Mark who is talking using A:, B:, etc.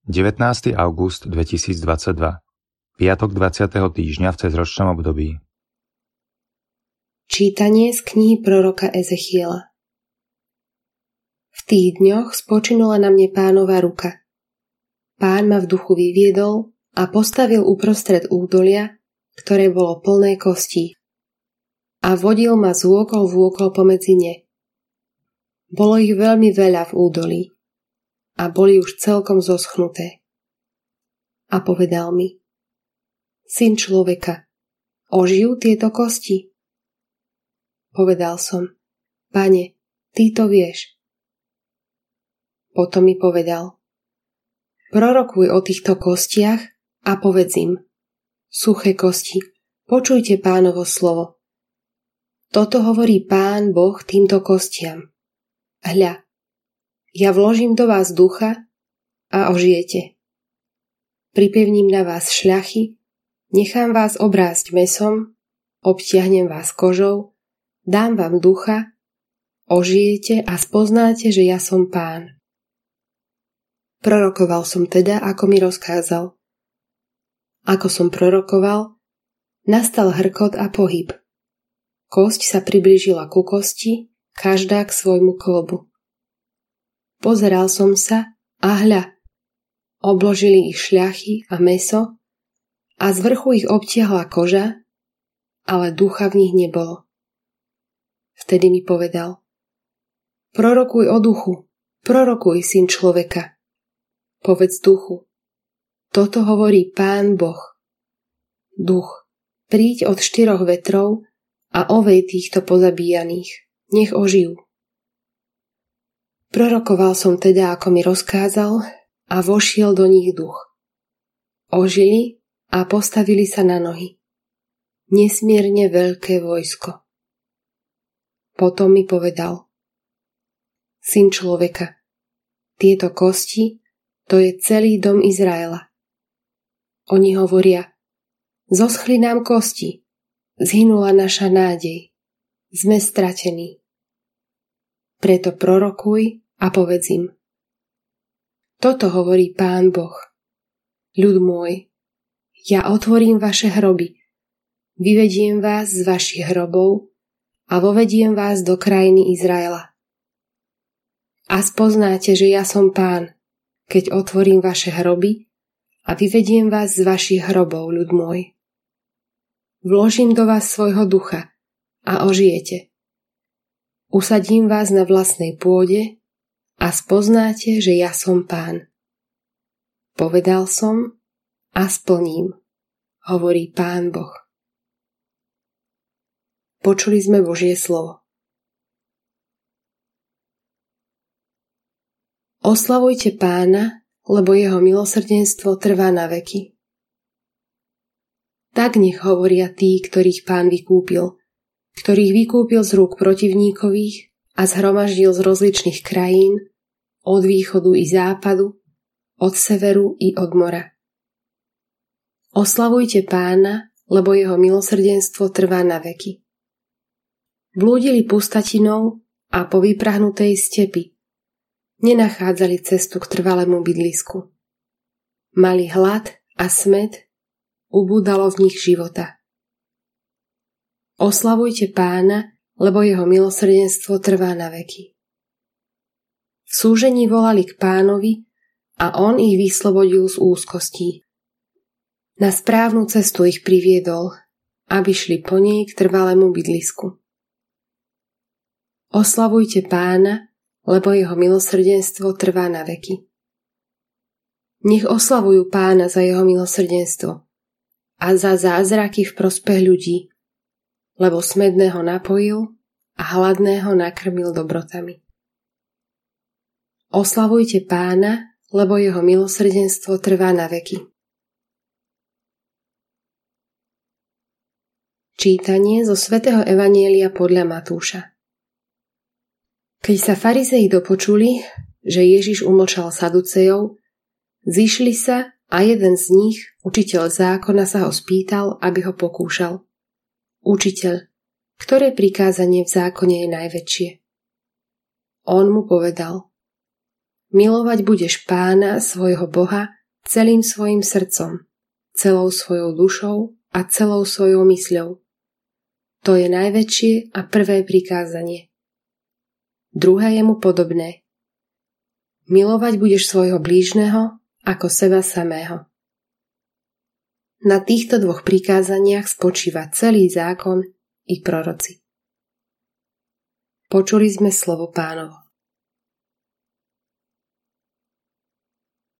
A: 19. august 2022. Piatok 20. týždňa v cezročnom období.
B: Čítanie z knihy proroka Ezechiela. V tých dňoch spočinula na mne Pánova ruka. Pán ma v duchu vyviedol a postavil uprostred údolia, ktoré bolo plné kostí. A vodil ma zôkol pomedzi ne. Bolo ich veľmi veľa v údolí a boli už celkom zoschnuté. A povedal mi: Syn človeka, ožijú tieto kosti? Povedal som: Pane, ty to vieš. Potom mi povedal: Prorokuj o týchto kostiach a povedz im: Suché kosti, počujte Pánovo slovo. Toto hovorí Pán Boh týmto kostiam. Hľa, ja vložím do vás ducha a ožijete. Pripevním na vás šľachy, nechám vás obrásť mäsom, obtiahnem vás kožou, dám vám ducha, ožijete a spoznáte, že ja som Pán. Prorokoval som teda, ako mi rozkázal. Ako som prorokoval, nastal hrkot a pohyb. Kosť sa priblížila ku kosti, každá k svojmu klobu. Pozeral som sa a hľa, obložili ich šľachy a mäso a z vrchu ich obtiahla koža, ale ducha v nich nebolo. Vtedy mi povedal: Prorokuj o duchu, prorokuj, syn človeka. Povedz duchu: Toto hovorí Pán Boh. Duch, príď od 4 vetrov a ovej týchto pozabíjaných, nech ožijú. Prorokoval som teda, ako mi rozkázal, a vošiel do nich duch. Ožili a postavili sa na nohy. Nesmierne veľké vojsko. Potom mi povedal: Syn človeka, tieto kosti, to je celý dom Izraela. Oni hovoria: Zoschli nám kosti, zhynula naša nádej, sme stratení. Preto prorokuj a povedz im: Toto hovorí Pán Boh. Ľud môj, ja otvorím vaše hroby, vyvediem vás z vašich hrobov a vovediem vás do krajiny Izraela. A spoznáte, že ja som Pán, keď otvorím vaše hroby a vyvediem vás z vašich hrobov, ľud môj. Vložím do vás svojho ducha a ožijete. Usadím vás na vlastnej pôde a spoznáte, že ja som Pán. Povedal som a splním, hovorí Pán Boh. Počuli sme Božie slovo. Oslavujte Pána, lebo jeho milosrdenstvo trvá na veky. Tak nech hovoria tí, ktorých Pán vykúpil, ktorých vykúpil z rúk protivníkových a zhromaždil z rozličných krajín, od východu i západu, od severu i od mora. Oslavujte Pána, lebo jeho milosrdenstvo trvá na veky. Blúdili pustatinou a po vyprahnutej stepi nenachádzali cestu k trvalému bydlisku. Mali hlad a smäd, ubúdalo v nich života. Oslavujte Pána, lebo jeho milosrdenstvo trvá na veky. V súžení volali k Pánovi a on ich vyslobodil z úzkostí. Na správnu cestu ich priviedol, aby šli po nej k trvalému bydlisku. Oslavujte Pána, lebo jeho milosrdenstvo trvá na veky. Nech oslavujú Pána za jeho milosrdenstvo a za zázraky v prospech ľudí, lebo smedného napojil a hladného nakrmil dobrotami. Oslavujte Pána, lebo jeho milosrdenstvo trvá na veky. Čítanie zo svätého Evanjelia podľa Matúša. Keď sa farizei dopočuli, že Ježiš umlčal Saducejov, zišli sa a jeden z nich, učiteľ zákona, sa ho spýtal, aby ho pokúšal. Učiteľ, ktoré prikázanie v zákone je najväčšie? On mu povedal: Milovať budeš Pána, svojho Boha, celým svojim srdcom, celou svojou dušou a celou svojou mysľou. To je najväčšie a prvé prikázanie. Druhé je mu podobné. Milovať budeš svojho blížneho ako seba samého. Na týchto dvoch prikázaniach spočíva celý zákon i proroci. Počuli sme slovo Pánovo.